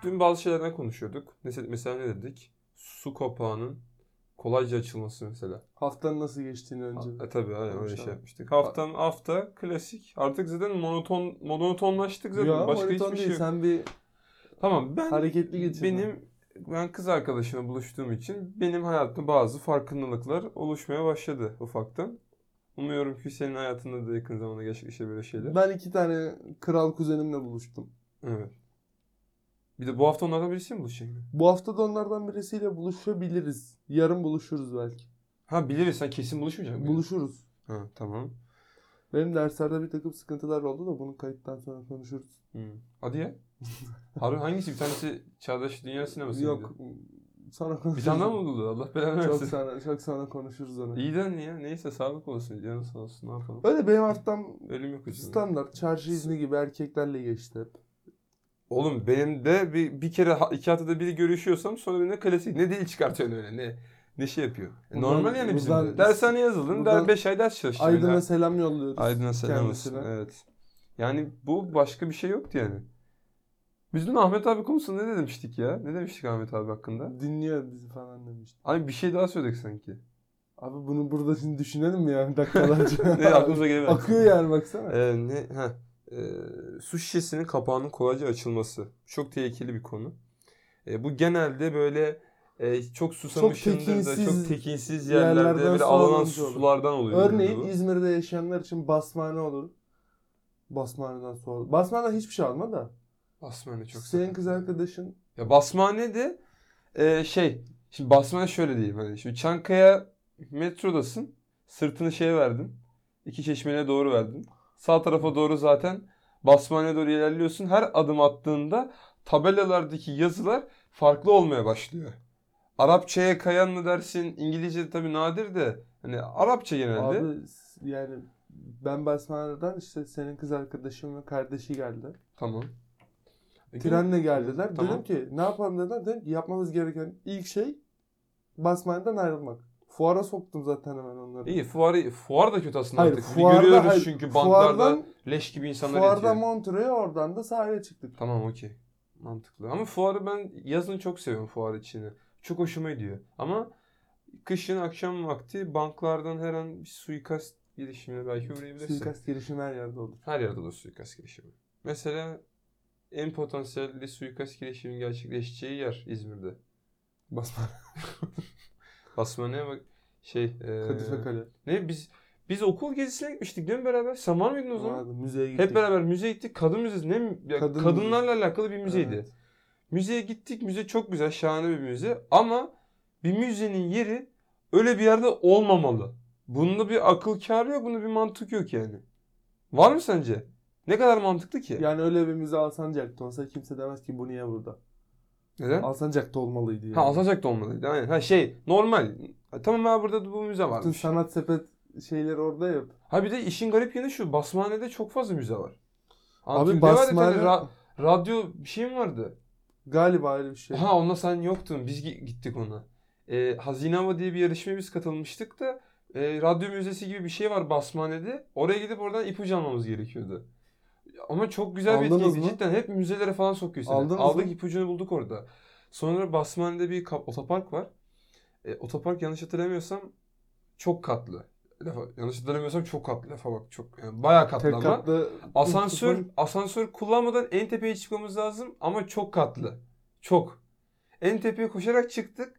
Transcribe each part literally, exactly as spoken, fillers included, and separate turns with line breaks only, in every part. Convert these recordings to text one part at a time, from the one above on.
dün bazı şeylerden konuşuyorduk. Mesela, mesela ne dedik? Su kapağının kolayca açılması mesela.
Haftanın nasıl geçtiğini önce.
Ha, e, tabii aynen öyle
konuşalım.
şey yapmıştık. Haftanın hafta klasik. Artık zaten monoton monotonlaştık zaten.
Ya
Başka
monoton
hiçbir
değil.
şey yok.
Sen bir
Tamam ben
hareketli geçin.
benim ben kız arkadaşımla buluştuğum için benim hayatımda bazı farkındalıklar oluşmaya başladı ufaktan. Umuyorum ki senin hayatında da yakın zamanda gerçekleşir böyle şeyler.
Ben iki tane kral kuzenimle buluştum.
Evet. Bir de bu hafta onlardan birisi mi buluşacak?
Bu hafta da onlardan birisiyle buluşabiliriz. Yarın buluşuruz belki.
Ha biliriz, sen kesin buluşmayacak mıydın?
Buluşuruz.
Ha tamam.
Benim derslerde bir takım sıkıntılar oldu da bunu kayıttan sonra konuşuruz.
Hmm. Hadi ya. Harbi hangisi? Bir tanesi Çağdaş Dünya Sineması
Yok. Sonra konuşuruz.
Bir tane daha mı buldu? Allah belanı
Çok
versin.
sonra, çok sonra konuşuruz onu.
İyi de ya. Neyse sağlık olsun. Canın sağ olsun. Ne yapalım?
Öyle benim haftam
Ölüm yok ucunda.
standart. Çarşı izni gibi erkeklerle geçti hep.
Oğlum benim de bir, bir kere iki haftada biri görüşüyorsam sonra benim de klasik. Ne dil çıkartıyorsun öyle ne ne şey yapıyor. E,
Buradan-
normal yani bizim
buradan-
de. Dershaneye yazıldın.
buradan
Der beş ay ders çalıştın.
Aydın'a
Yani.
selam yolluyoruz.
Aydın'a selam
kendisine.
olsun. Evet. Yani bu başka bir şey yoktu yani. Biz dün Ahmet abi konusunda ne demiştik ya? Ne demiştik Ahmet abi hakkında?
Dinliyor bizi falan demişti.
Abi bir şey daha söyledik sanki.
Abi bunu burada şimdi düşünelim mi ya dakikalarca?
Ne aklımıza gelemez.
Akıyor yani baksana.
Ee, ne? Heh. Ee, su şişesinin kapağının kolayca açılması. Çok tehlikeli bir konu. Ee, bu genelde böyle e, çok susamışsındır da
tekinsiz
çok tekinsiz yerlerde
yerlerden
böyle
su
alınan
alınmış olur.
sulardan oluyor.
Örneğin
bu.
İzmir'de yaşayanlar için basmane olur. Basmaneden su alır. Basmaneden hiçbir şey alma da.
Basmane çok
Senin
sıkıntı.
kız arkadaşın
Ya basmane de e, şey. Şimdi basmane şöyle diyeyim. Hani şimdi Çankaya metrodasın. Sırtını şeye verdin. İki Çeşme'ye doğru verdin. Sağ tarafa doğru zaten basmaneye doğru ilerliyorsun. Her adım attığında tabelalardaki yazılar farklı olmaya başlıyor. Arapçaya kayan mı dersin? İngilizce tabii nadir de. Hani Arapça genelde.
abi yani ben basmaneden işte senin kız arkadaşın ve kardeşi geldi.
Tamam.
Trenle geldiler.
Tamam.
Dedim ki ne yapalım dediler. Dedim ki yapmamız gereken ilk şey basmaneden ayrılmak. Fuara soktum zaten hemen onları.
İyi fuarı, fuar da kötü aslında
Hayır,
artık. Bir
fuarda-
görüyoruz
hayır,
çünkü banklarda
fuardan-
leş gibi insanlar
Fuarda
yatıyor.
Montreux'e oradan da sahile çıktık.
Tamam okey. Mantıklı. Ama fuarı ben yazın çok seviyorum fuar içini. Çok hoşuma gidiyor. Ama kışın akşam vakti banklardan her an bir suikast girişimine belki uğrayabilirsin.
Suikast girişimi her yerde olur.
Her yerde olur suikast girişimi. Mesela en potansiyelli suikast girişiminin gerçekleşeceği yer İzmir'de.
Basmane.
Basmane'ye bak şey. E,
Kadife Kale.
ne biz biz okul gezisine gitmiştik değil mi beraber? Sen var mıydın o zaman?
Vardı, müzeye gittik.
Hep beraber müzeye gittik. Kadın müzesi. Ne ya,
Kadın
kadınlarla alakalı bir müzeydi.
Evet.
Müzeye gittik. Müze çok güzel, şahane bir müze. Ama bir müzenin yeri öyle bir yerde olmamalı. Bunda bir akıl kârı yok, bunda bir mantık yok yani. Var mı sence? Ne kadar mantıklı ki?
Yani öyle bir müze Alsancak'ta olsa kimse demez ki bu niye burada.
Neden?
Alsancak'ta olmalıydı yani.
Ha Alsancak da olmalıydı. Aynen. Ha şey normal. Ha, tamam abi burada da bu müze
Bütün
varmış.
sanat sepet şeyleri orada yap.
Ha bir de işin garip yanı şu. Basmane'de çok fazla müze var.
Abi
Anlatayım. Ne vardı? Bir tane
Basmane-
ra- radyo bir şey mi vardı?
Galiba öyle bir şey.
Ha onunla sen yoktun. Biz gi- gittik ona. Ee, Hazine Hava diye bir yarışmaya biz katılmıştık da e, radyo müzesi gibi bir şey var Basmane'de. Oraya gidip oradan ipucu almamız gerekiyordu. Ama çok güzel bir
Aldınız
etkiydi.
mı?
Cidden hep müzelere falan sokuyor seni.
Aldınız
Aldık
mı?
ipucunu bulduk orada. Sonra Basmane'de bir kap- otopark var. E, otopark yanlış hatırlamıyorsam çok katlı. Lafa, yanlış hatırlamıyorsam çok katlı. Lafa bak çok. Yani bayağı katlı
Tek
ama.
katlı
Asansör asansör kullanmadan en tepeye çıkmamız lazım ama çok katlı. Çok. En tepeye koşarak çıktık.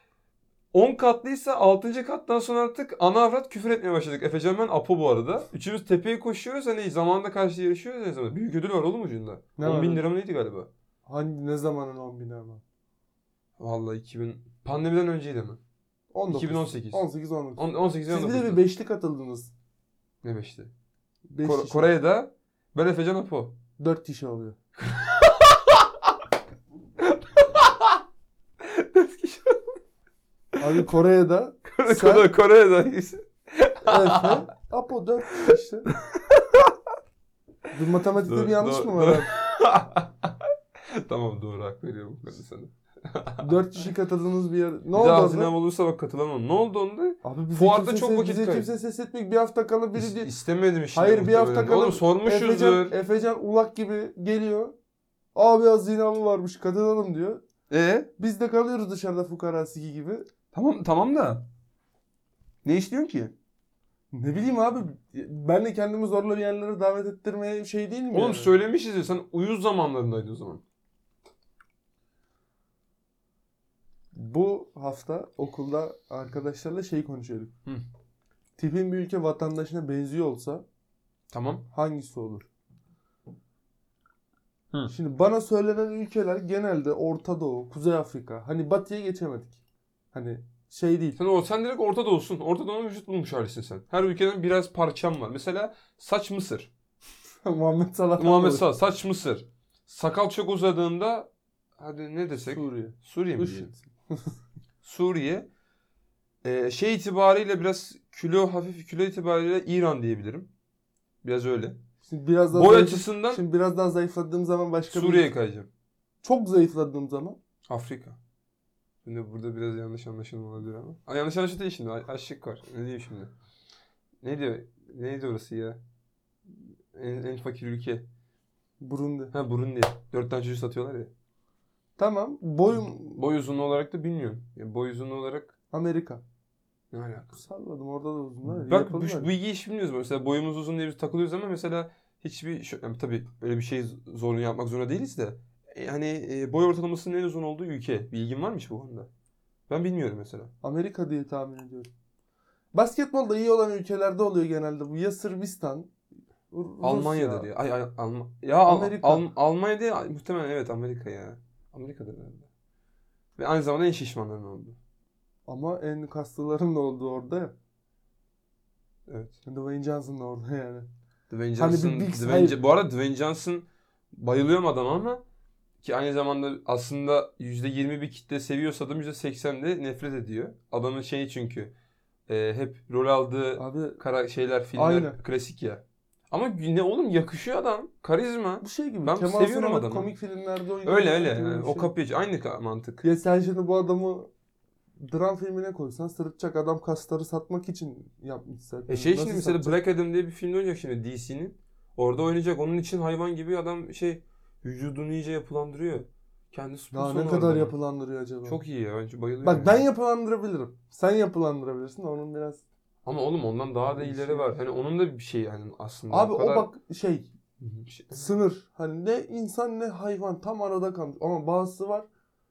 on katlıysa altıncı kattan sonra artık ana avrat küfür etmeye başladık. Efecan ben Apo bu arada. Üçümüz tepeye koşuyoruz. Hani zamanında karşı yarışıyoruz ya zaman. Büyük ödül var oğlum ucunda.
Ne
on bin
var?
lira mı neydi galiba?
Hangi ne zamanın on bini ama?
Vallahi iki bin pandemiden önceydi mi?
on dokuz.
iki bin on sekiz.
on sekiz on dokuz.
On- on sekiz
Siz bir de bir
dokuzda.
beşli katıldınız.
Ne beşti?
Beş
Kore-
kişi.
Kore'de ben Efecan Apo.
Dört kişi oluyor.
Dört kişi.
Abi Kore'de
Kore,
Sen-
Kore, Kore'de.
Efe, Apo dört kişi işte. Dur matematikte
Doğru,
bir yanlış
doğru,
mı var
doğru. Tamam doğru hak veriyorum ben de sana.
abi? Dört kişi katıldığınız bir yer. Ne
Bir
oldu
daha
orada?
hazinem olursa bak katılamam. Ne oldu onda?
Abi bize
Fuarda
kimse
çok
ses-
vakit
bize
kayıp.
kimse ses etmiyor. Bir hafta kala biri
İs-
diyor.
istemedim işte.
Hayır bir hafta
muhtemelen.
kala
Oğlum
Efecan,
sormuşuzdur.
Efecan ulak gibi geliyor. Abi hazinamı varmış katılalım diyor.
E
Biz de kalıyoruz dışarıda fukara siki gibi.
tamam tamam da ne istiyorsun ki?
Ne bileyim abi, ben de kendimi zorla bir yerlere davet ettirmeye şey değilim
Oğlum
yani.
söylemişiz ya, sen uyuz zamanlarındaydın o zaman.
Bu hafta okulda arkadaşlarla şey konuşuyorduk.
Hı.
Tipin bir ülke vatandaşına benziyor olsa
Tamam.
hangisi olur?
Hı.
Şimdi bana söylenen ülkeler genelde Orta Doğu, Kuzey Afrika. Hani batıya geçemedik. Hani şey değil.
Sen, o, sen direkt Orta Doğu'sun. Orta Doğu'nun vücut bulmuş halisin sen. Her ülkeden biraz parçam var. Mesela saç Mısır.
Muhammed Salah.
Muhammed
olur.
Salah. Saç Mısır. Sakal çok uzadığında hadi ne desek?
Suriye.
Suriye mi
IŞİD.
diyelim? Suriye. Ee, şey itibariyle biraz kilo, hafif kilo itibariyle İran diyebilirim. Biraz öyle.
Şimdi biraz daha
Boy
zayıf-
açısından
Şimdi biraz daha zayıfladığım zaman başka
Suriye'ye
bir...
kayacağım.
Çok zayıfladığım zaman
Afrika. Şimdi burada biraz yanlış anlaşılma olabilir ama. Aa, yanlış anlaşılma değil şimdi. A- Aşık var. Ne diyeyim şimdi? Ne diyor? Neydi orası ya? En, en fakir ülke.
Burundi.
Ha Burundi. Dört tane çocuk satıyorlar ya.
Tamam. Boyum
Boy uzunluğu olarak da bilmiyorum. Ya boy uzunluğu olarak
Amerika.
ne alaka?
Salladım, orada da uzunlar.
Bak
Yapalım
bu,
hadi.
bu bilgiyi hiç bilmiyoruz. Mesela boyumuz uzun diye biz takılıyoruz ama mesela hiçbir şu, yani tabii böyle bir şey zorunlu yapmak zorunda değiliz de e, hani e, boy ortalamasının en uzun olduğu ülke. Bilgin var mı hiç bu konuda? Ben bilmiyorum mesela.
Amerika diye tahmin ediyorum. Basketbolda iyi olan ülkelerde oluyor genelde bu. Ya Sırbistan, Rusya.
Almanya'da diye. Ay, ay Alma ya Al-
Amerika.
Al- Almanya değil muhtemelen, evet Amerika ya. Amerika'da herhalde. Ve aynı zamanda en şişmanların oldu.
Ama en kaslıların da olduğu orada ya.
Evet.
Dwayne Johnson da orada yani.
Dwayne
Hani bir
Johnson,
big-
Dwayne,
hayır.
bu arada Dwayne Johnson bayılıyorum adama ama ki aynı zamanda aslında yüzde yirmi bir kitle seviyorsa adam yüzde seksen de nefret ediyor. Adamın şeyi çünkü e, hep rol aldığı
Abi
kara şeyler, filmler
Aynen.
klasik ya. Ama ne oğlum, yakışıyor adam. Karizma.
bu şey gibi.
Ben
Kemal
seviyorum
Sunal'ın
adamı.
komik filmlerde oynuyor.
Öyle öyle.
gibi bir
Yani o
şey.
kapıcı. Aynı ka- mantık.
Ya sen şimdi bu adamı dram filmine koysan sırıtacak, adam kasları satmak için yapmış zaten.
E şey
Nasıl
şimdi mesela
satacak?
Black Adam diye bir filmde oynayacak şimdi D C'nin. Orada oynayacak. Onun için hayvan gibi adam şey vücudunu iyice yapılandırıyor. Kendi
Daha
sponsorunu
ne
var
kadar
adamın.
yapılandırıyor acaba?
Çok iyi ya. Bence bayılıyorum.
Bak
yani.
ben yapılandırabilirim. Sen yapılandırabilirsin de onun biraz...
Ama oğlum ondan daha da
Bir
ileri
şey-
var. Hani onun da bir şey yani aslında.
Abi
o
o
kadar...
bak şey,
Hı hı, bir şey-
sınır. Hani ne insan ne hayvan, tam arada kalmış. Ama bazısı var.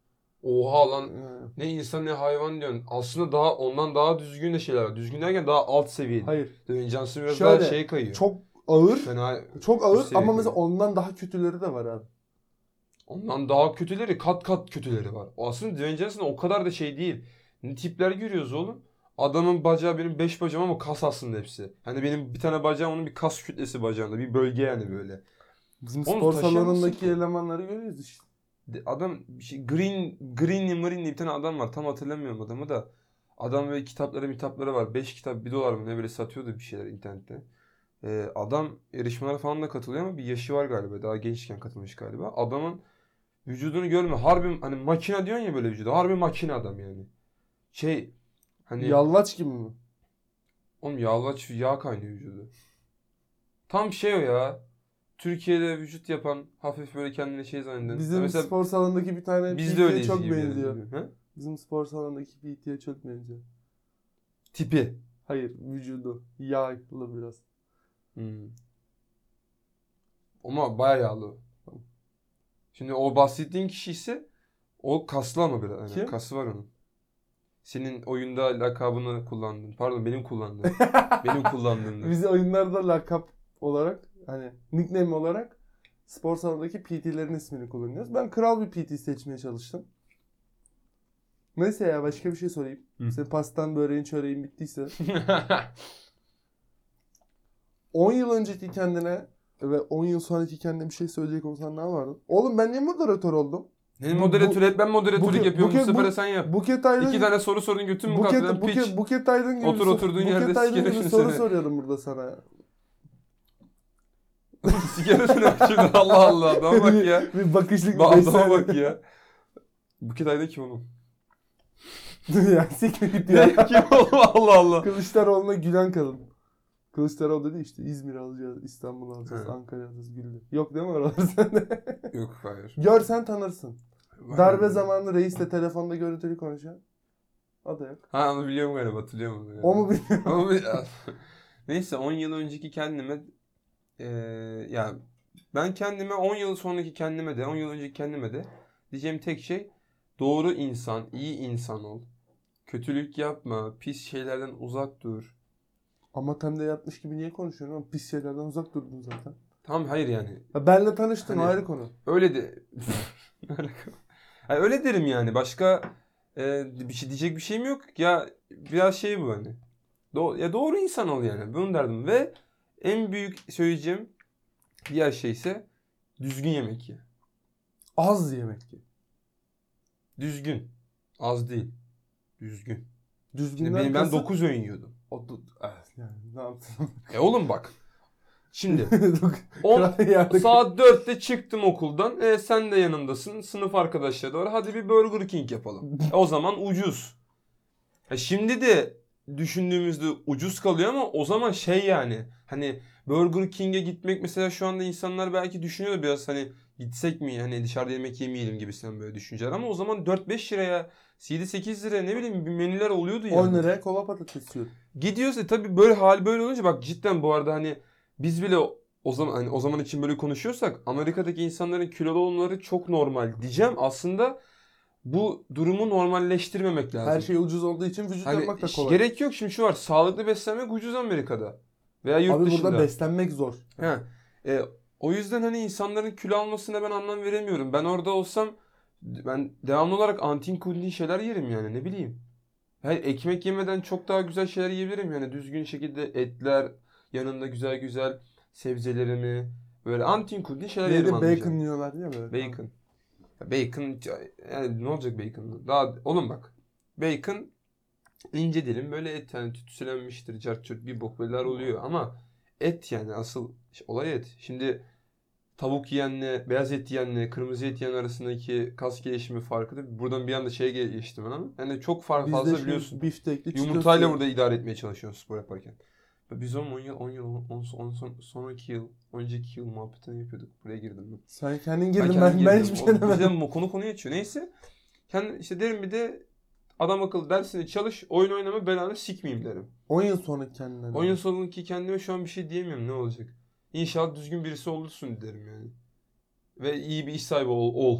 Oha lan.
Ee,
Ne insan ne hayvan diyorsun. Aslında daha ondan daha düzgün de şeyler var. Düzgün derken daha alt seviyede.
hayır.
Dwayne Johnson biraz
Şöyle,
daha şey kayıyor.
Çok ağır.
Fena.
Çok ağır
üst seviye
ama mesela
kayıyor.
ondan daha kötüleri de var abi.
Ondan daha kötüleri, kat kat kötüleri var. O aslında Dwayne Johnson o kadar da şey değil. Ne tipler görüyoruz oğlum. Adamın bacağı benim beş bacağım ama kas aslında hepsi. Hani benim bir tane bacağım, onun bir kas kütlesi bacağında. Bir bölge yani böyle.
Bizim
Oğlum
spor
taşıyamazsın
salonundaki
ki.
elemanları görüyoruz işte.
De- Adam bir şey, Green Green Marine diye bir tane adam var. Tam hatırlamıyorum adamı da. Adam böyle kitapları kitapları var. beş kitap bir dolar mı ne böyle satıyordu bir şeyler internette. Ee, adam yarışmalara falan da katılıyor ama bir yaşı var galiba. Daha gençken katılmış galiba. Adamın vücudunu görme. Harbi hani makine diyorsun ya böyle vücudu. Harbi makine adam yani. Şey hani
Yalvaç gibi mi?
oğlum yağlaç yağ kaynıyor vücudu. Tam şey o ya. Türkiye'de vücut yapan hafif böyle kendine şey zanneden.
Bizim
Mesela
spor salonundaki bir tane
biz de
P T'ye
öyleyiz
çok
gibi yani.
benziyor.
Ha?
Bizim spor salonundaki P T'ye çok benziyor.
Tipi.
Hayır, vücudu. Yağlı biraz.
Hmm. Ama bayağı yağlı. Şimdi o bahsettiğin kişi ise o kaslı ama biraz. Yani
Kim?
kası var onun. Senin oyunda lakabını kullandın. Pardon benim kullandığım. benim kullandığımda.
Biz oyunlarda lakap olarak, hani nickname olarak spor salonundaki P T'lerin ismini kullanıyoruz. Ben kral bir P T seçmeye çalıştım. Neyse ya, başka bir şey sorayım.
Hı.
Senin pastan, böreğin, çöreğin bittiyse. on yıl önceki kendine ve on yıl sonraki kendine bir şey söyleyecek olsan ne yapardın? Oğlum ben niye moderatör oldum?
Benim
Bu-
moderatör et, ben moderatörlük
Buket-
yapıyorum. Bu
Buket-
sefer de
bu-
sen yap.
Buket Aydın...
İki tane soru sorun götün mü
Buket,
kalktı?
Buket,
Piç.
Buket Aydın gibi
Otur
so-
oturduğun yerde
Buket Aydın
sikerim
gibi
şimdi
soru
seni.
soruyorum burada sana.
Sigarasını aç şurada. Allah Allah. Adama bak ya.
Bir bakışlık
Ba-
beş
Adama
saniye.
bak ya. Buket Ayda kim oğlum?
ya siktir git ya.
kim oğlum? Allah Allah.
Kılıçdaroğlu'na gülen kadın. Kılıçdaroğlu dedi işte İzmir alacağız, İstanbul alacağız,
He.
Ankara alacağız, Güllü. Yok değil mi oralar sende?
Yok hayır.
Görsen tanırsın.
Var
Darbe
mı?
zamanı reisle telefonda görüntülü konuşan. O da yok.
Ha onu biliyorum galiba, hatırlıyorum onu.
O mu bilmiyorum.
Ama bir- neyse on yıl önceki kendime eee ya ben kendime on yıl sonraki kendime de on yıl önceki kendime de diyeceğim tek şey doğru insan, iyi insan ol. Kötülük yapma, pis şeylerden uzak dur.
Ama temde yatmış gibi niye konuşuyorsun oğlum? Pis şeylerden uzak durdun zaten.
Tamam hayır yani.
Ya benle tanıştın
Hani-
ayrı konu.
Öyle de Ne alaka? Yani öyle derim yani. Başka e, bir şey diyecek bir şeyim yok. Ya biraz şey bu hani. Do- ya doğru insan ol yani. Bunu derdim ve en büyük söyleyeceğim diğer şey ise düzgün yemek ye.
Az yemek ye.
Düzgün. Az değil. Düzgün. Şimdi
Düzgünden
benim, ben
kasıt-
dokuz öğün yiyordum.
O, du- evet, yani ne yaptın?
E oğlum bak. Şimdi on,
on
saat dörtte çıktım okuldan. E sen de yanımdasın. Sınıf arkadaşları da var. Hadi bir Burger King yapalım. E, o zaman ucuz. E şimdi de düşündüğümüzde ucuz kalıyor ama o zaman şey yani. Hani Burger King'e gitmek mesela şu anda insanlar belki düşünüyor biraz hani gitsek mi hani dışarıda yemek yemeyelim gibisinden böyle düşünceler. Ama o zaman dört beş liraya yedi sekiz liraya ne bileyim bir menüler oluyordu yani.
on liraya kova patates yiyor.
Gidiyoruz e tabii böyle hal böyle olunca bak cidden bu arada hani biz bile o, o zaman hani o zaman için böyle konuşuyorsak Amerika'daki insanların kilolu olmaları çok normal diyeceğim. Aslında bu durumu normalleştirmemek lazım.
Her şey ucuz olduğu için vücut
hani
yapmak da
ş-
kolay.
gerek yok şimdi şu var. Sağlıklı beslenmek ucuz Amerika'da veya yurt
Abi
dışında.
burada beslenmek zor.
He. E, o yüzden hani insanların kilo almasına ben anlam veremiyorum. Ben orada olsam ben devamlı olarak antin kuntin şeyler yerim yani ne bileyim. Hayır, ekmek yemeden çok daha güzel şeyler yiyebilirim yani düzgün şekilde etler yanında güzel güzel sebzelerimi böyle antin kuntin şeyler
Bir
yerim
de
anlayacağım.
bacon yiyorlar değil mi? Böyle?
Bacon. Ya Bacon yani ne olacak bacon? Daha oğlum bak. Bacon ince dilim böyle et yani tütsülenmiştir. Cart curt bir bok beyler oluyor ama et yani asıl olay et. Şimdi tavuk yiyenle beyaz et yiyenle kırmızı et yiyen arasındaki kas gelişimi farkıdır. Buradan bir anda şeye geçtim ben ama. Yani çok fark
Bizde
fazla
şey,
biliyorsun.
biftekli
Yumurtayla
çitos
burada idare etmeye çalışıyorsun spor yaparken. Biz on yıl, on yıl, on, on, son, sonraki yıl, önceki yıl muhabbetini yapıyorduk. Buraya girdim ben.
Sen kendin
Ben
girdin ben,
kendim
ben,
girdim.
hiçbir
O
şey demedim.
bizden konu konuya açıyor. Neyse. Kendi, işte derim bir de adam akıllı dersini çalış, oyun oynama belanı sikmeyeyim derim.
on yıl sonra kendinden.
on yıl sonraki kendime şu an bir şey diyemiyorum ne olacak. İnşallah düzgün birisi olursun derim yani. Ve iyi bir iş sahibi ol. ol.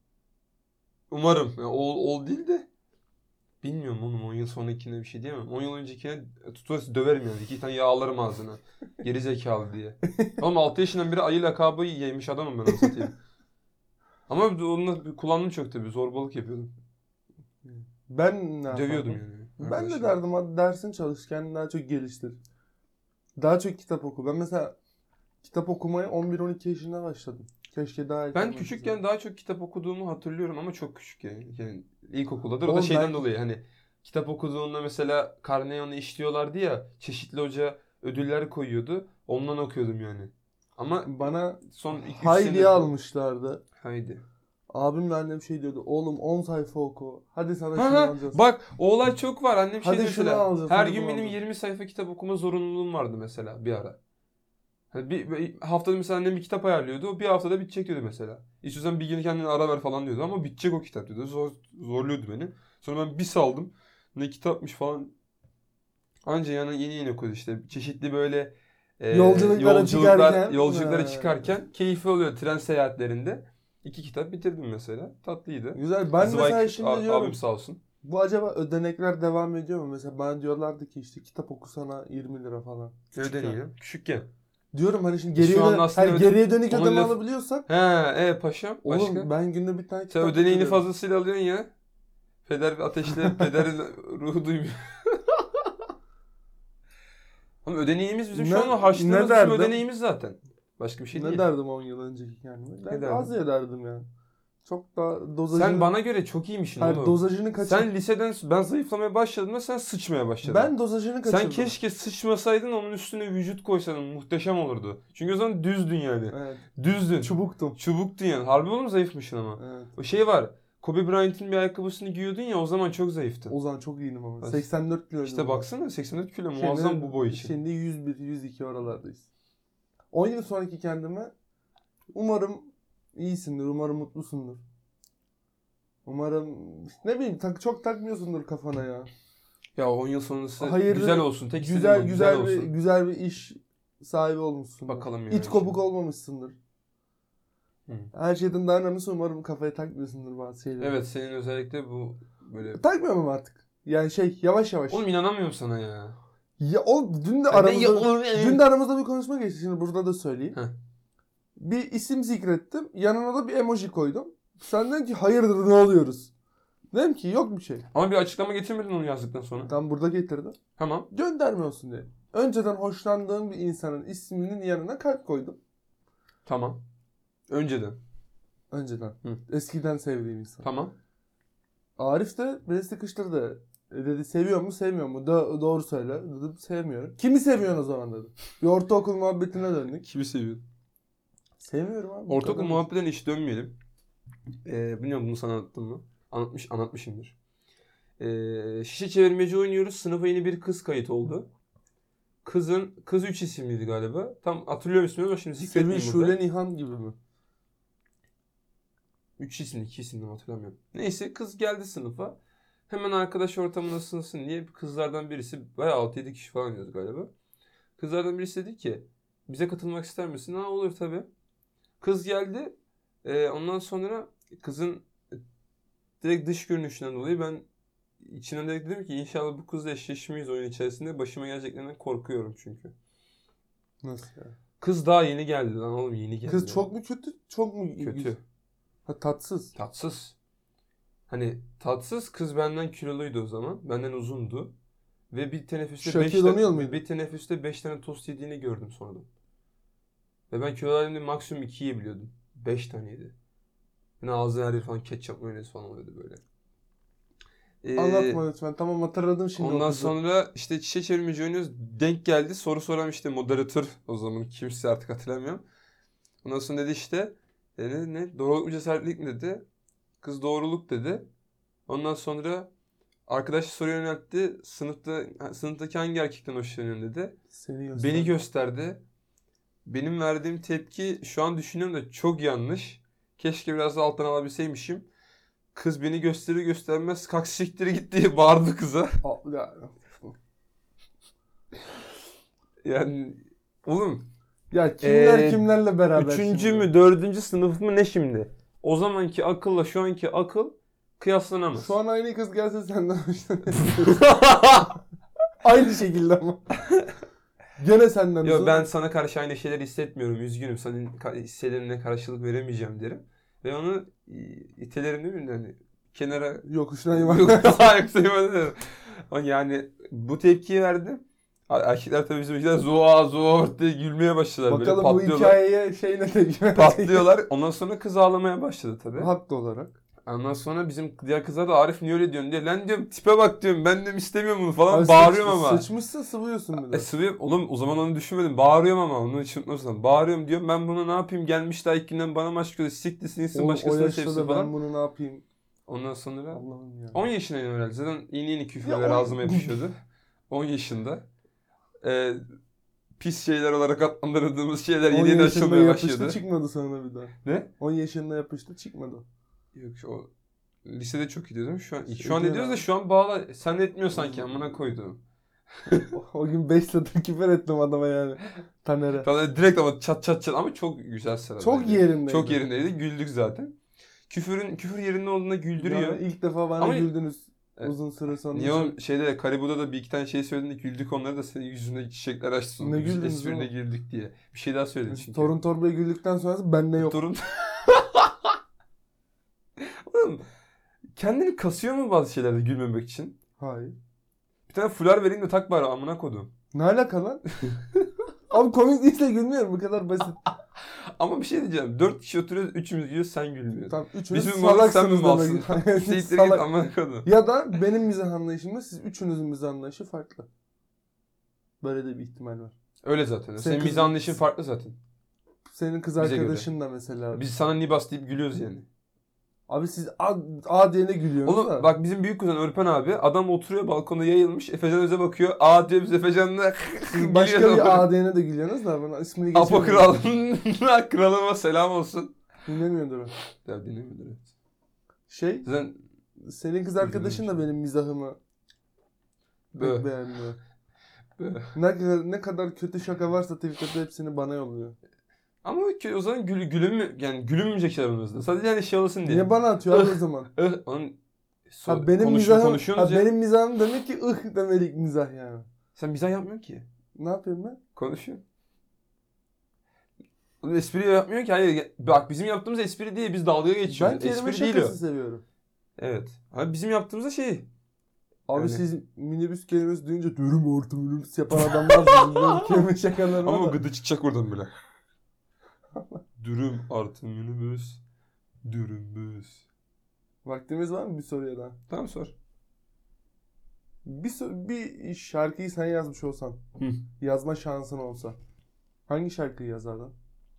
Umarım. Yani ol, ol değil de. Bilmiyorum oğlum on yıl sonrakine bir şey diyemem. on yıl öncekine tutarsa döverim yani. İki tane yağlarım ağzına. Geri zekalı diye. Oğlum altı yaşından beri ayı lakabı yemiş adamım ben onu satayım. Ama onunla kullandım çok tabii. Zorbalık yapıyordum.
Ben ne
Dövüyordum
yapardım?
yani.
Ben de
arkadaşlar.
derdim hadi dersin çalış kendini daha çok geliştir. Daha çok kitap oku. Ben mesela kitap okumaya on bir on iki yaşında başladım. Keşke daha erken
Ben küçükken daha çok kitap okuduğumu hatırlıyorum ama çok küçük yani. Yani ilkokuldadır. O da
Oğlum
şeyden
ben-
dolayı hani kitap okuduğunda mesela karneye onu işliyorlardı ya. Çeşitli hoca ödüller koyuyordu. Ondan okuyordum yani. Ama
bana
son iki üç
Haydi'yi
sene...
almışlardı.
Haydi.
Abimle annem şey diyordu. Oğlum on sayfa oku. Hadi sana
Ha
şunu
ha,
alacağız.
bak o olay çok var. Annem şey
Hadi
diyor
şunu
mesela.
alacağız,
Her
hadi
gün
bunu
benim
alacağız.
yirmi sayfa kitap okuma zorunluluğum vardı mesela bir ara. Hani bir, bir haftada mesela annem bir kitap ayarlıyordu. O bir haftada bitecek diyordu mesela. İstiyorsan bir gün kendine ara ver falan diyordu ama bitecek o kitap diyordu. Zor, zorluyordu beni. Sonra ben bir saldım. Ne kitapmış falan. Anca yani yeni yeni okuyordu işte. Çeşitli böyle e,
Yolculuklara
yolculuklar,
çıkarken.
yolculuklara
Ha.
çıkarken keyifli oluyor tren seyahatlerinde. İki kitap bitirdim mesela. Tatlıydı.
Güzel. Ben
Zweig,
mesela şimdi
a-
diyorum.
abim sağ olsun.
Bu acaba ödenekler devam ediyor mu? Mesela bana diyorlardı ki işte kitap okusana yirmi lira falan.
Ödeneği ya. Küçükken.
Diyorum hani şimdi geriye,
Şu anda
dön-
aslında
hayır,
öde-
geriye dönük
onun
ödeme
laf-
alabiliyorsak.
He, e paşam. Başka?
Oğlum ben günde bir tane
Sen
kitap
ödeneğini
bitiriyorum.
fazlasıyla alıyorsun ya. Peder ateşle pederin ruhu duymuyor. Ama ödeneğimiz bizim
Ne-
şu an
ne
harçlığımız bizim
derdim?
ödeneğimiz zaten. Başka bir şey
Ne
değil.
derdim on yıl önceki kendime? Ben
derdin?
az ederdim yani. Çok daha dozajını...
Sen bana göre çok iyiymişsin
Hayır,
oğlum.
dozajını kaçır.
Sen liseden ben zayıflamaya başladığımda sen sıçmaya başladın.
Ben dozajını kaçırdım.
Sen keşke sıçmasaydın onun üstüne vücut koysaydın muhteşem olurdu. Çünkü o zaman düzdün yani.
Evet.
Düzdün.
Çubuktum.
Çubuktun yani. Harbi oğlum zayıfmışsın ama.
Evet.
O şey var. Kobe Bryant'ın bir ayakkabısını giyiyordun ya, o zaman çok zayıftın.
O zaman çok iyiydim ama.
Bas-
seksen dört kilo.
İşte baksana seksen dört kilo muazzam bu boy için.
Şimdi yüz bir yüz iki oralardayız. on yıl sonraki kendime umarım iyisindir, umarım mutlusundur. Umarım ne bileyim tak, çok takmıyorsundur kafana ya.
Ya on yıl sonrası
Hayırlı,
güzel olsun. Tek
güzel
istediğim o,
güzel,
güzel
bir
olsun.
güzel bir iş sahibi olmuşsundur.
Bakalım ya
İç
işte.
kopuk olmamışsındır.
Hı.
Her şeyden daha önemlisi umarım kafaya takmıyorsundur bazı şeyleri.
Evet, senin özellikle bu böyle...
Takmıyorum ama artık. Yani şey yavaş yavaş.
Oğlum inanamıyorum sana ya.
Ya o dün de
Ya ne ya-
aramızda
oğlum ya-
dün de aramızda bir konuşma geçti. Şimdi burada da söyleyeyim.
Heh.
Bir isim zikrettim. Yanına da bir emoji koydum. Sen dedin ki hayırdır ne oluyoruz? Dedim ki yok bir şey.
Ama bir açıklama getirmedin onu yazdıktan sonra.
Tam burada getirdim.
Tamam.
Gönderme olsun diye. Önceden hoşlandığım bir insanın isminin yanına kalp koydum.
Tamam. Önceden.
Önceden.
Hı.
Eskiden sevdiğim insan.
Tamam.
Arif de beni sıkıştırdı. E dedi seviyor mu sevmiyor mu? Do- doğru söyle. Dedim sevmiyorum. Kimi seviyorsun o zaman dedim. Bir ortaokul muhabbetine döndük.
Kimi seviyorsun?
Sevmiyorum abi. bu
Ortaokul
kadar.
muhabbetlerine hiç dönmeyelim. Ee, bilmiyorum bunu sana anlattım mı? Anlatmış, anlatmışımdır. Ee, şişe çevirmeci oynuyoruz. Sınıfa yeni bir kız kayıt oldu. Kızın, kız üç isimliydi galiba. Tam hatırlıyorum ismini ama şimdi
Sevil
zikretmeyeyim burada.
Şule Nihan gibi mi?
üç isimli, iki isimli hatırlamıyorum. Neyse kız geldi sınıfa. Hemen arkadaş ortamına ısınsın diye kızlardan birisi, bayağı altı yedi kişi falan diyoruz galiba. Kızlardan birisi dedi ki bize katılmak ister misin? Ha olur tabii. Kız geldi. Ee, ondan sonra kızın direkt dış görünüşünden dolayı ben içinden direkt dedim ki inşallah bu kızla eşleşmeyiz oyun içerisinde. Başıma geleceklerinden korkuyorum çünkü.
Nasıl ya?
Kız daha yeni geldi lan oğlum, yeni geldi.
Kız çok mu kötü? Çok mu
kötü.
güzel? Ha tatsız.
Tatsız. Hani tatsız, kız benden kiloluydu o zaman. Benden uzundu. Ve bir teneffüste beş
Shaquille O'Neal
tane,
mıydı?
bir teneffüste beş tane tost yediğini gördüm sonradan. Ve ben kilo halinde maksimum iki yiyebiliyordum. beş tane yedi. Yani ağzına her yer falan ketçap mayonez falan oluyordu böyle. Ee,
Anlatma lütfen. Tamam hatırladım şimdi.
Ondan
o kızı.
sonra işte şişe çevirmeci oynuyoruz. Denk geldi. Soru soran işte moderatör, o zaman kimse artık hatırlamıyorum. Ondan sonra dedi işte e, ne, ne doğruluk mu cesaretlik mi dedi. Kız doğruluk dedi. Ondan sonra arkadaş soru yöneltti. Sınıfta sınıftaki hangi erkekten hoşlanıyorsun dedi.
Seni göster.
Beni gösterdi. Benim verdiğim tepki şu an düşünüyorum da çok yanlış. Keşke biraz da alttan alabilseymişim. Kız beni gösterir göstermez kalk siktir git diye bağırdı kıza.
Aa, ya.
Yani oğlum
Ya kimler
Ee,
kimlerle beraber
üçüncü
şimdi?
mü dördüncü sınıf mı ne şimdi? O zamanki akılla şu anki akıl kıyaslanamaz.
Şu an aynı kız gelse senden hoşlanıyorum. Aynı şekilde ama. Gene senden
Yo,
uzun.
ben sana karşı aynı şeyleri hissetmiyorum. Üzgünüm. Senin ka- hislerine karşılık veremeyeceğim derim. Ve onu e, itelerim değil mi? Yani kenara
Yokuşuna yuvarlan.
yok daha yüksek derim. Ama yani bu tepkiyi verdim. Erkekler tabii bizim ülkeden zoa zoa diye gülmeye başladılar.
Bakalım
böyle
bu
patlıyorlar.
hikayeye şey ne tepki verecek.
Patlıyorlar. Ondan sonra kız ağlamaya başladı tabii.
Haklı olarak.
Ondan sonra bizim diğer kızlar da Arif niye öyle diyorsun diye. Lan diyorum tipe bak diyorum. Ben de istemiyorum bunu falan.
Abi
Bağırıyorum
sıç-
ama.
Sıçmışsın sıvıyorsun bir de.
E sıvı oğlum o zaman onu düşünmedim. Bağırıyorum ama onu hiç unutmazsam. Bağırıyorum diyorum ben bunu ne yapayım gelmiş daha ilk günden bana maç göre siktirsin insin
O, o
başkasını
yaşta
sevsin
da ben
falan.
bunu ne yapayım?
Ondan sonra
Allah'ım ya.
on yaşındaydım herhalde. Zaten yeni yeni küfürler
Ya on-
ağzıma yapışıyordu. on yaşında. Ee, pis şeyler olarak adlandırdığımız şeyler
on
yeni yeni
yaşında
açılmaya
yapıştı
başladı.
çıkmadı sonra bir daha.
Ne?
on yaşında yapıştı çıkmadı.
Yok o lisede çok iyi diyordum. Şu an şu an
Ediyor
ediyoruz da
abi.
şu an bağla. Sen etmiyor sanki amına koydum.
O, o gün beş satır küfür ettim adama yani. Taner'e.
Falan direkt ama çat çat çat ama çok güzel sırada.
Çok yerindeydi.
Çok yerindeydi. Güldük zaten. Küfürün küfür yerinde olduğunda güldürüyor.
Yani ilk defa bana
Ama-
güldünüz
Evet.
uzun süre sonra.
Niye oğlum şeyde Karibu'da da bir iki tane şey söyledin de güldük onları da senin yüzünde çiçekler açtı sonra.
Ne
Biz
güldünüz
esprine
oğlum?
güldük diye. Bir şey daha söyledin çünkü.
Torun torbaya güldükten sonrası bende yok.
Torun. Oğlum kendini kasıyor mu bazı şeylerde gülmemek için?
Hayır.
Bir tane fular vereyim de tak bari amına kodum.
Ne alaka lan? Abi komik değilse gülmüyorum bu kadar basit.
Ama bir şey diyeceğim. Dört kişi oturuyoruz, üçümüz gülüyoruz, sen gülmüyorsun.
Tamam üçünüz
Biz mi malız, sen mi
salaksınız
malsın?
demek.
Siktir git
Salak.
amına kodum.
Ya da benim mizah anlayışımla siz üçünüzün mizah anlayışı farklı. Böyle de bir ihtimal var.
Öyle zaten.
Sen
Senin
kız-
mizah anlayışın farklı zaten.
Senin kız
Bize
arkadaşın da mesela.
Biz sana Nibas deyip gülüyoruz yani.
Abi siz A, A diyene gülüyorsunuz
Oğlum
da.
bak bizim büyük kuzen Örpen abi adam oturuyor balkonda yayılmış. Efecan Öz'e bakıyor. Aa diyor biz Efecan'la
Siz başka bir A diyene de gülüyorsunuz da bana ismini
Apo
geçmiyorum.
kral. Kralıma selam olsun.
Dinlemiyordur o.
Ya dinlemiyordur evet.
Şey,
Zaten
senin kız arkadaşın da benim mizahımı pek
Bö.
beğenmiyor.
Bö.
Ne kadar, ne kadar kötü şaka varsa Twitter'da hepsini bana yolluyor.
Ama o zaman gül, gülüm yani gülünmeyecek şeyler olmazdı. Sadece yani şey olsun diye.
Niye bana atıyor abi o zaman?
Ih, onun so,
Ha benim
konuşuyor,
mizahım, ha
konuşuyorsunuz ya.
benim mizahım demek ki ıh demelik mizah yani.
Sen mizah yapmıyorsun ki.
Ne yapayım ben?
Konuşuyorsun. Oğlum espri yapmıyor ki. Hayır bak bizim yaptığımız espri değil. Biz dalga geçiyoruz.
Ben kelime
espri değil
şakası
o.
seviyorum.
Evet. Abi bizim yaptığımızda şey.
Abi
Yani-
siz minibüs kelimesi duyunca dürüm orta minibüs yapan adamlarsınız. Böyle kelime şakalarına
Ama
da.
gıdı çıkacak oradan böyle. Dürüm artı minibüs. Dürümbüs.
Vaktimiz var mı bir soruya daha?
Tamam sor.
Bir, so- bir şarkıyı sen yazmış olsan,
Hı.
yazma şansın olsa, hangi şarkıyı yazardın?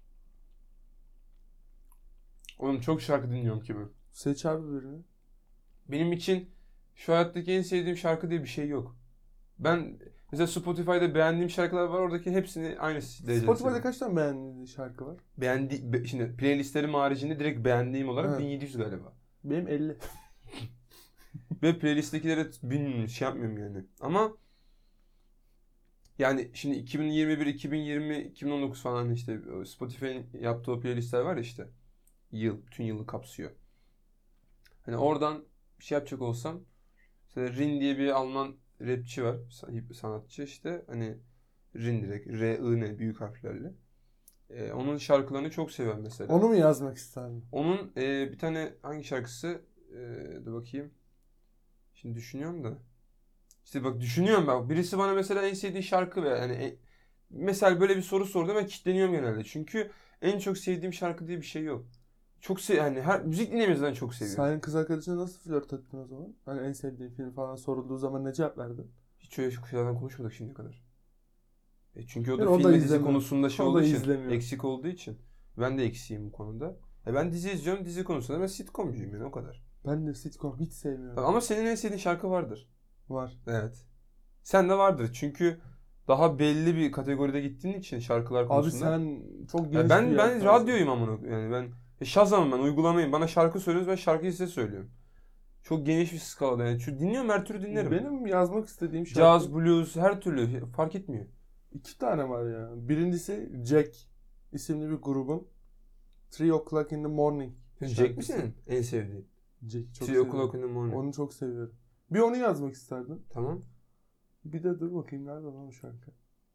Oğlum çok şarkı dinliyorum ki ben.
Seç abi birini.
Benim için şu hayattaki en sevdiğim şarkı diye bir şey yok. Ben mesela Spotify'da beğendiğim şarkılar var. Oradaki hepsini aynı derecede
Spotify'da
seviyorum.
kaç tane beğendiğin şarkı var?
Beğendi, be- şimdi playlistlerim haricinde direkt beğendiğim olarak
Evet.
bin yedi yüz galiba.
Benim elli.
Ve playlist'tekilere bin şey yapmıyorum yani. Ama yani şimdi iki bin yirmi bir, iki bin yirmi, iki bin on dokuz falan işte Spotify'ın yaptığı o playlistler var ya işte. Yıl, bütün yılı kapsıyor. Hani oradan bir şey yapacak olsam mesela Rin diye bir Alman rapçi var. Sanatçı işte. Hani Rin direkt. R-I-N büyük harflerle. Ee, onun şarkılarını çok seviyorum mesela.
Onu mu yazmak isterdin?
Onun e, bir tane hangi şarkısı? E, dur bakayım. Şimdi düşünüyorum da. İşte bak düşünüyorum ben. Birisi bana mesela en sevdiği şarkı ve yani e, mesela böyle bir soru sordu ben kilitleniyorum genelde. Çünkü en çok sevdiğim şarkı diye bir şey yok. Çok sev yani her müzik dinlemesinden çok seviyorum.
Sen kız arkadaşına nasıl flört ettin o zaman? Hani en sevdiğin film falan sorulduğu zaman ne cevap verdin?
Hiç öyle şeylerden konuşmadık şimdiye kadar. E çünkü o da
Yani o
film
da
ve dizi
izlemiyor.
konusunda şey
O da
olduğu için,
izlemiyor.
eksik olduğu için. Ben de eksiğim bu konuda. E ben dizi izliyorum, dizi konusunda ben sitcomcuyum yani o kadar.
Ben de sitcom hiç sevmiyorum.
Ama senin en sevdiğin şarkı vardır.
Var.
Evet. Sen de vardır çünkü daha belli bir kategoride gittiğin için şarkılar
Abi
konusunda.
sen çok
Ya
geniş
ben
bir
ben
yelpaze.
radyoyum amına yani ben e, Shazam'ım ben uygulamayım. Bana şarkı söylüyorsunuz ben şarkıyı size söylüyorum. Çok geniş bir skalada yani. Şu dinliyorum her türlü dinlerim.
Benim yazmak istediğim şarkı
Caz, blues her türlü fark etmiyor.
iki tane var ya. Birincisi Jack isimli bir grubun Three O'Clock in the Morning
Jack
şarkısı.
mi senin en sevdiğin?
Jack'i çok
Three
seviyorum.
o'clock in the morning.
Onu çok seviyorum. Bir onu yazmak isterdim.
Tamam.
Bir de dur bakayım nerede lan o şarkı.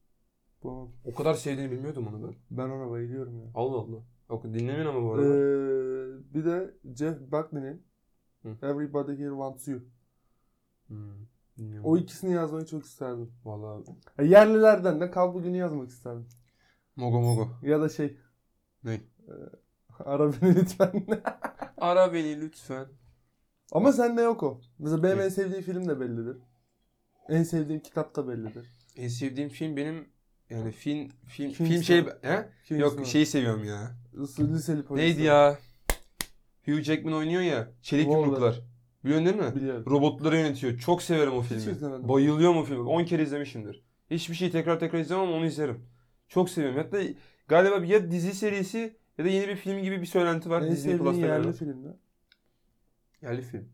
Bu.
O kadar sevdiğini bilmiyordum onu ben.
Ben ona bayılıyorum ya.
Allah Allah. Yok dinlemiyorsun ama bu arada.
Ee, bir de Jeff Buckley'nin
Hı.
Everybody Here Wants You.
Hmm, bilmiyorum.
O ikisini yazmayı çok isterdim.
Vallahi
Ya yerlilerden de Kal Bugün'ü yazmak isterdim.
mogo mogo.
Ya da şey.
Ne?
E, ara beni lütfen.
Ara beni lütfen.
Ama sende yok o. Mesela benim
Ne?
en sevdiğim film de bellidir. En sevdiğim kitap da bellidir.
En sevdiğim film benim yani film film
Kingsman.
film şey he?
Kingsman.
Yok şeyi seviyorum ya.
Liseli polis.
Neydi ya? Hugh Jackman oynuyor ya. Çelik
Waller.
yumruklar. Biliyorsun değil mi?
Biliyorum.
Robotları yönetiyor. Çok severim o
Hiç
filmi.
izlemedim.
Bayılıyorum o filmi. on kere izlemişimdir. Hiçbir şeyi tekrar tekrar izlemem ama onu izlerim. Çok seviyorum. Hatta galiba ya dizi serisi ya da yeni bir film gibi bir söylenti var.
En
Disney
sevdiğin
Plus'ta
yerli
galiba.
film ne?
Yerli film.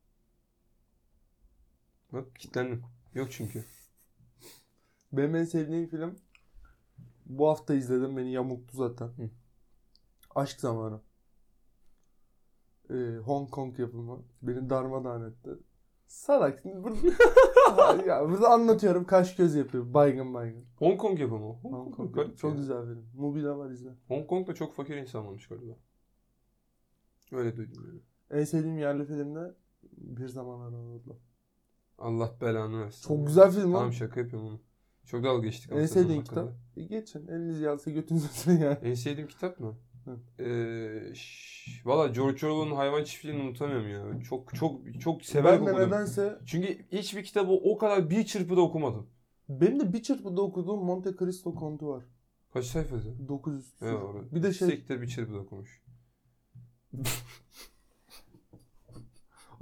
Bak kilitlendim. Yok çünkü.
Benim en sevdiğim film bu hafta izledim. Beni yamulttu zaten.
Hı.
Aşk Zamanı. Ee, Hong Kong yapımı. Beni darmadağın etti. Salak. Şimdi burada, ya burada anlatıyorum. Kaş göz yapıyor. Baygın baygın.
Hong Kong yapımı. Hong,
Hong
Kong.
Kong.
Garip
Çok
ya.
güzel film. Mubi'de var izle.
Hong Kong'da çok fakir insan varmış galiba. Öyle duydum yani.
En sevdiğim yerli film de Bir Zamanlar Anadolu.
Allah belanı versin.
Çok güzel film
Tamam
lan.
şaka yapıyorum onu. Çok dalga geçtik.
En
ama
sevdiğin
sezon
kitap?
hakkında.
E geçin. Eliniz yalsa götünüzü atın yani.
En sevdiğim kitap mı?
Hı.
Ee, ş- Valla George Orwell'ın Hayvan Çiftliği'ni unutamıyorum ya. Çok çok çok severek
Ben de
okudum.
nedense
Çünkü hiçbir kitabı o kadar bir çırpıda okumadım.
benim de bir çırpıda okuduğum Monte Cristo Kontu var.
Kaç sayfası?
dokuz yüz.
Ya, orada.
Bir de şey
Siktir bir çırpıda okumuş.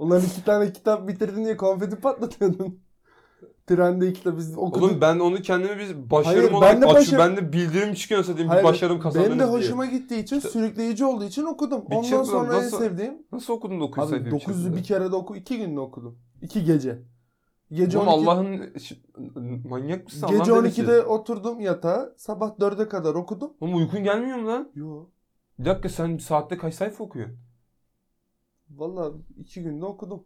Ulan iki tane kitap bitirdin diye konfeti patlatıyordun. Trende iki kitap biz okuduk.
Oğlum ben onu kendime bir başarım
Hayır,
olarak
ben de
açıyorum.
başarı-
Ben de bildirim çıkıyor satayım.
Hayır,
Bir başarım kazandınız
benim de
diye.
hoşuma gittiği için,
İşte-
sürükleyici olduğu için okudum.
Bir
Ondan
şey
sonra
nasıl-
en sevdiğim...
Nasıl okudun dokuz yüz
Abi
sayfa
dokuz yüzü
içerisinde?
bir kere de oku, iki günde okudum. İki gece. Gece
Oğlum
on iki,
Allah'ın şi- manyak mısın?
gece
Allah'ın
on
delisi.
ikide oturdum yatağa. Sabah dörde kadar okudum.
Oğlum uykun gelmiyor mu lan?
Yo.
Bir dakika sen bir saatte kaç sayfa okuyorsun?
Valla iki günde okudum.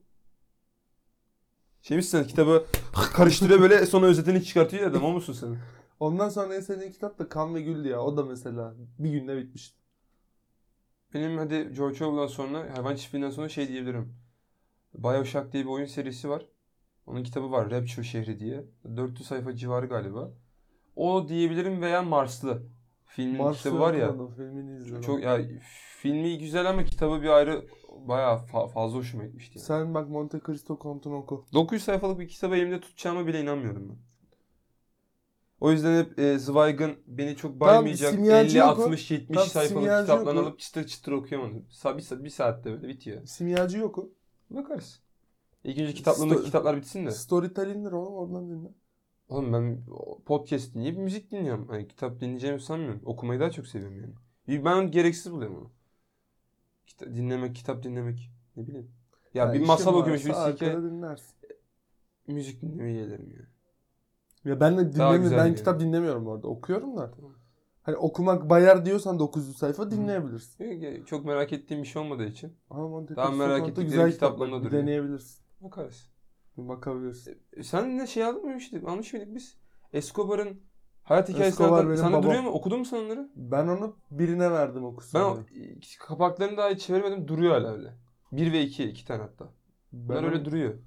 Şey misin sen kitabı karıştırıyor böyle sonra özetini çıkartıyor ya adam o musun sen?
Ondan sonra en sevdiğim kitap da Kan ve Güldü ya. O da mesela bir günde bitmişti.
Benim hadi George Orwell'dan sonra Hayvan Çiftliği'nden sonra şey diyebilirim. BioShock diye bir oyun serisi var. Onun kitabı var Rapture Şehri diye. dört yüz sayfa civarı galiba. O diyebilirim veya Marslı. Filmin
Mars'ı
kitabı var ya.
okumadım, filmini izledim.
Çok ya filmi güzel ama kitabı bir ayrı bayağı fa- fazla hoşuma gitmişti. Yani.
Sen bak Monte Cristo Kontu'nu oku.
dokuz yüz sayfalık bir kitabı elimde tutacağıma bile inanmıyorum ben. O yüzden hep e, Zweig'ın beni çok baymayacak
simyacı
elli
oku.
altmış yetmiş
Tamam,
sayfalık
simyacı
kitaplarını
oku.
alıp çıtır çıtır okuyorum onu. Sa- Bir, sa- bir saatte böyle bitiyor.
Simyacı oku.
Bakarız. İlk önce kitaplığımdaki
Sto-
kitaplar bitsin de.
Storytel'indir oğlum, oradan dinle.
Oğlum ben podcast dinleyip müzik dinliyorum. Hani kitap dinleyeceğimi sanmıyorum. Okumayı daha çok seviyorum yani. Ben gereksiz buluyorum onu. Kita- dinlemek, kitap dinlemek. Ne bileyim. Ya, bir
işin
masal
varsa
okuyormuş, bir
arkada
hikaye.
dinlersin.
Müzik dinlemeye gelirim ya.
Ya ben de
Daha
dinlemiyorum.
güzel
Ben
yani.
kitap dinlemiyorum orada. Okuyorum da.
Tamam.
Hani okumak bayar diyorsan dokuz yüz sayfa dinleyebilirsin.
Yok, çok merak ettiğim bir şey olmadığı için.
Ama Monte
Daha
Cristo
merak
Kontu
ettiklerim
güzel kitap. Bak,
kitaplarında
bir
duruyor.
deneyebilirsin.
Bakarız.
Bir bakabilirsin.
E, sen de şey almıştık, almış mıydık biz? Escobar'ın hayat hikayesi
Escobar
nerede?
benim
Sende
babam.
duruyor mu? Okudun mu sen onları?
Ben onu birine verdim okusun.
Ben o kapaklarını daha hiç çevirmedim. Duruyor hala öyle. Bir ve iki, iki tane hatta. Bunlar
ben,
öyle duruyor.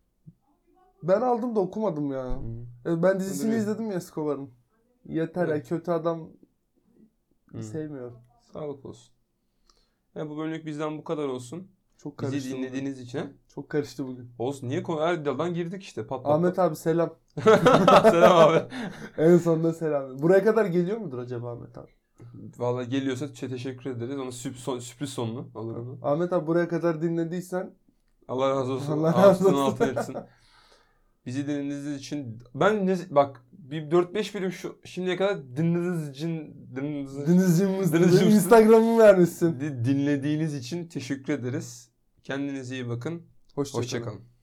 ben aldım da okumadım ya.
Hı.
E, Ben dizisini
Duruyor.
izledim ya Escobar'ın. Yeter ya,
Evet.
kötü adam
Hı.
sevmiyorum.
Sağlık olsun. Yani bu bölümlük bizden bu kadar olsun.
Çok
Bizi
karıştı
dinlediğiniz için. ha?
bugün. Çok karıştı bugün.
Olsun. Niye konu? Her daldan girdik işte. Pat pat
Ahmet abi selam.
pat. Selam abi.
En sonunda selam. Buraya kadar geliyor mudur acaba Ahmet abi?
Vallahi geliyorsa te- teşekkür ederiz. Ona sürp- son- sürpriz sonlu alır onu.
Ahmet abi buraya kadar dinlediysen
Allah razı olsun.
Allah
Allah
razı olsun.
altın etsin. Bizi dinlediğiniz için ben ne bak bir dört beş bölüm şu şimdiye kadar dinlediğiniz için dinlediğiniz,
Denizciğimiz
Denizciğimiz-
Instagram'ı vermişsin.
dinlediğiniz için teşekkür ederiz. Kendinize iyi bakın.
Hoşça kalın.
Hoşça kalın.